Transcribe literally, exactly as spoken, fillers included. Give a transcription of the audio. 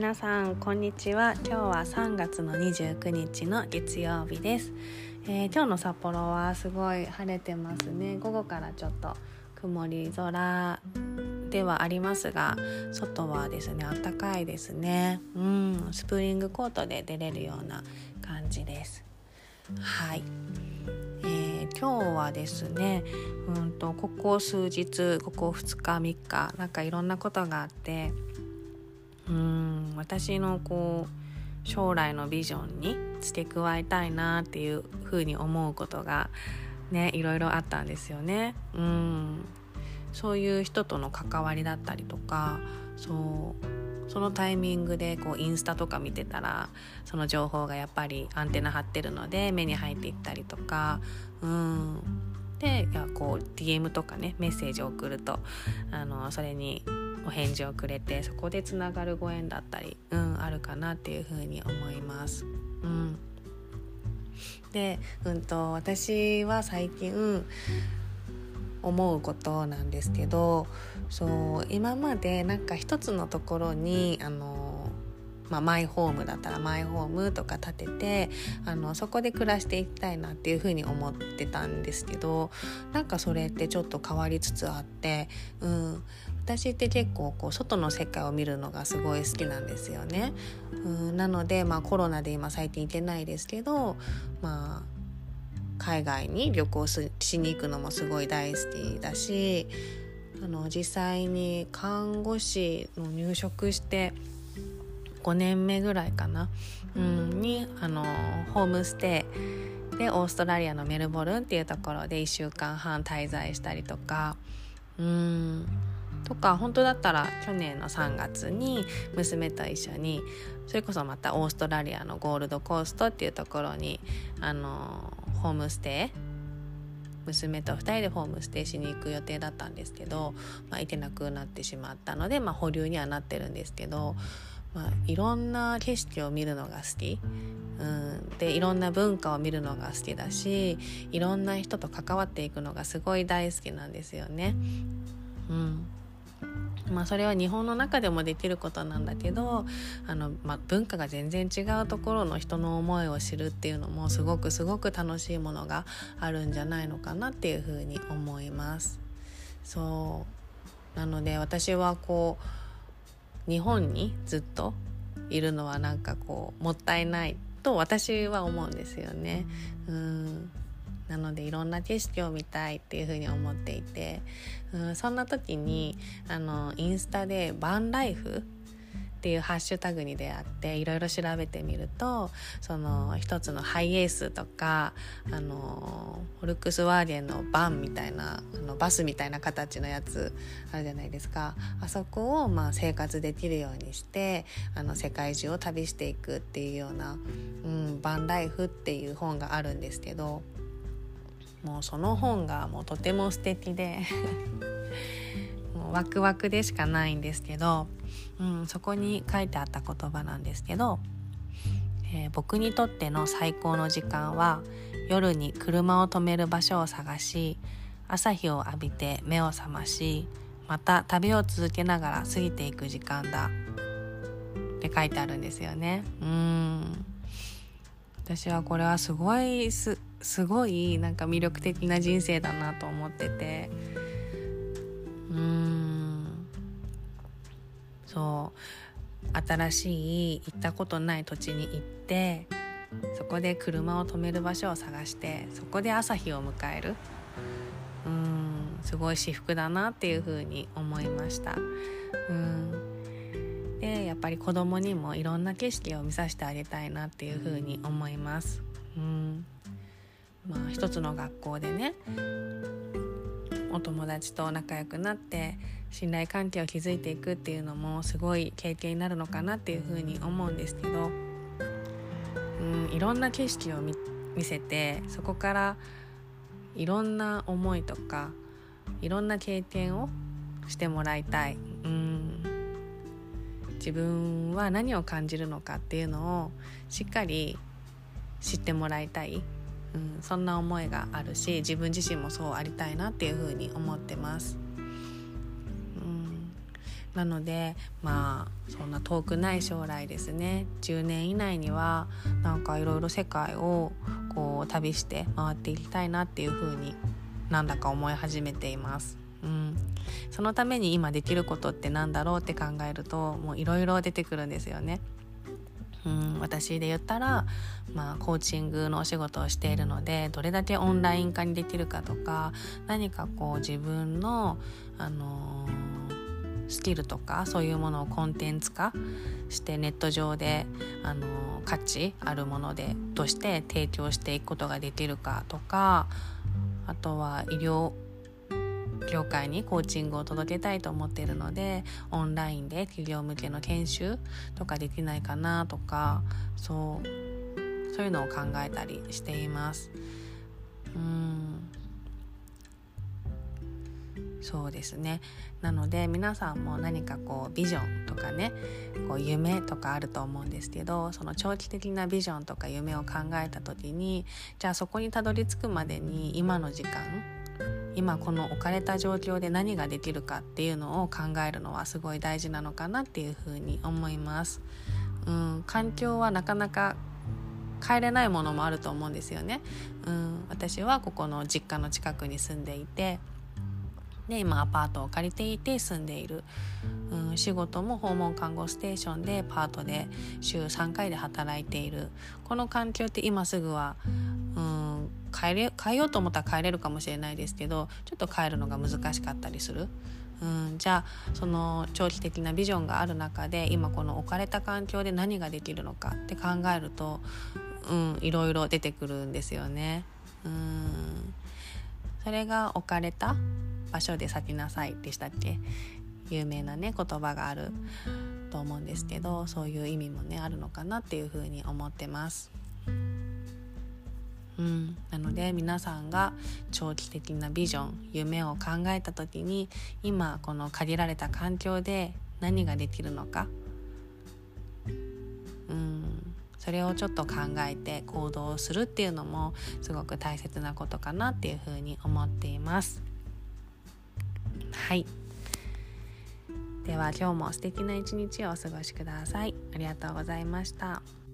皆さんこんにちは。今日はさんがつのにじゅうくにちの月曜日です。えー、今日の札幌はすごい晴れてますね。午後からちょっと曇り空ではありますが、外はですね暖かいですね。うんスプリングコートで出れるような感じです。はい、えー、今日はですねうんとここ数日ここふつかみっかなんかいろんなことがあって、うーん私のこう将来のビジョンに付け加えたいなっていうふうに思うことがねいろいろあったんですよね。うんそういう人との関わりだったりとか、そうそのタイミングでこうインスタとか見てたらその情報がやっぱりアンテナ張ってるので目に入っていったりとか、うんでいやこう ディーエム とかねメッセージを送るとあのそれにお返事をくれて、そこでつながるご縁だったり、うん、あるかなっていうふうに思います。うん、で、うんと、私は最近思うことなんですけど、そう今までなんか一つのところにあのまあ、マイホームだったらマイホームとか建ててあのそこで暮らしていきたいなっていうふうに思ってたんですけど、なんかそれってちょっと変わりつつあって、うん、私って結構こう外の世界を見るのがすごい好きなんですよね。うん、なので、まあ、コロナで今最近行けないですけど、まあ、海外に旅行しに行くのもすごい大好きだし、あの実際に看護師の入職してごねんめぐらいかな、うん、にあのホームステイでオーストラリアのメルボルンっていうところでいっしゅうかんはん滞在したりとか、うんとか本当だったら去年のさんがつに娘と一緒にそれこそまたオーストラリアのゴールドコーストっていうところにあのホームステイ娘とふたりでホームステイしに行く予定だったんですけど、まあ、行けなくなってしまったので、まあ、保留にはなってるんですけど、まあ、いろんな景色を見るのが好き、うん、でいろんな文化を見るのが好きだし、いろんな人と関わっていくのがすごい大好きなんですよね。うんまあ、それは日本の中でもできることなんだけど、あの、まあ、文化が全然違うところの人の思いを知るっていうのもすごくすごく楽しいものがあるんじゃないのかなっていうふうに思います。そうなので私はこう日本にずっといるのはなんかこうもったいないと私は思うんですよね。うんなのでいろんな景色を見たいっていうふうに思っていて、うん、そんな時にあのインスタでバンライフっていうハッシュタグに出会っていろいろ調べてみると、その一つのハイエースとかあのフォルクスワーゲンのバンみたいなあのバスみたいな形のやつあるじゃないですか。あそこをまあ生活できるようにしてあの世界中を旅していくっていうような、うん、バンライフっていう本があるんですけど、もうその本がもうとても素敵でもうワクワクでしかないんですけど、うん、そこに書いてあった言葉なんですけど、えー、僕にとっての最高の時間は夜に車を止める場所を探し、朝日を浴びて目を覚まし、また旅を続けながら過ぎていく時間だって書いてあるんですよね。うん私はこれはすごいすすごいなんか魅力的な人生だなと思ってて、うーんそう新しい行ったことない土地に行って、そこで車を止める場所を探してそこで朝日を迎える、うーんすごい至福だなっていうふうに思いました。うんでやっぱり子供にもいろんな景色を見させてあげたいなっていうふうに思います。うんまあ、一つの学校でねお友達と仲良くなって信頼関係を築いていくっていうのもすごい経験になるのかなっていうふうに思うんですけど、うん、いろんな景色を 見, 見せてそこからいろんな思いとかいろんな経験をしてもらいたい、うん、自分は何を感じるのかっていうのをしっかり知ってもらいたい、うん、そんな思いがあるし、自分自身もそうありたいなっていうふうに思ってます。うん、 なのでまあそんな遠くない将来ですね、じゅうねん以内にはなんかいろいろ世界をこう旅して回っていきたいなっていう風になんだか思い始めています。うん、そのために今できることってなんだろうって考えるともういろいろ出てくるんですよね。うん、私で言ったら、まあ、コーチングのお仕事をしているのでどれだけオンライン化にできるかとか、何かこう自分の、あのースキルとかそういうものをコンテンツ化してネット上で、あのー価値あるものでとして提供していくことができるかとか、あとは医療業界にコーチングを届けたいと思っているのでオンラインで企業向けの研修とかできないかなとか、そうそういうのを考えたりしています。うんそうですね。なので皆さんも何かこうビジョンとかね、こう夢とかあると思うんですけど、その長期的なビジョンとか夢を考えた時に、じゃあそこにたどり着くまでに今の時間、今この置かれた状況で何ができるかっていうのを考えるのはすごい大事なのかなっていうふうに思います。うん、環境はなかなか変えれないものもあると思うんですよね。うん、私はここの実家の近くに住んでいて、で今アパートを借りていて住んでいる、うん、仕事も訪問看護ステーションでパートで週さんかいで働いている。この環境って今すぐは、うん、変えれ、変えようと思ったら変えれるかもしれないですけど、ちょっと変えるのが難しかったりする。うん、じゃあその長期的なビジョンがある中で今この置かれた環境で何ができるのかって考えると、うん、いろいろ出てくるんですよね。うん、それが置かれた場所で咲きなさいでしたっけ、有名なね言葉があると思うんですけど、そういう意味もねあるのかなっていうふうに思ってます。うん、なので皆さんが長期的なビジョン、夢を考えた時に今この限られた環境で何ができるのか、うん、それをちょっと考えて行動するっていうのもすごく大切なことかなっていうふうに思っています。はい、では今日も素敵な一日をお過ごしください。ありがとうございました。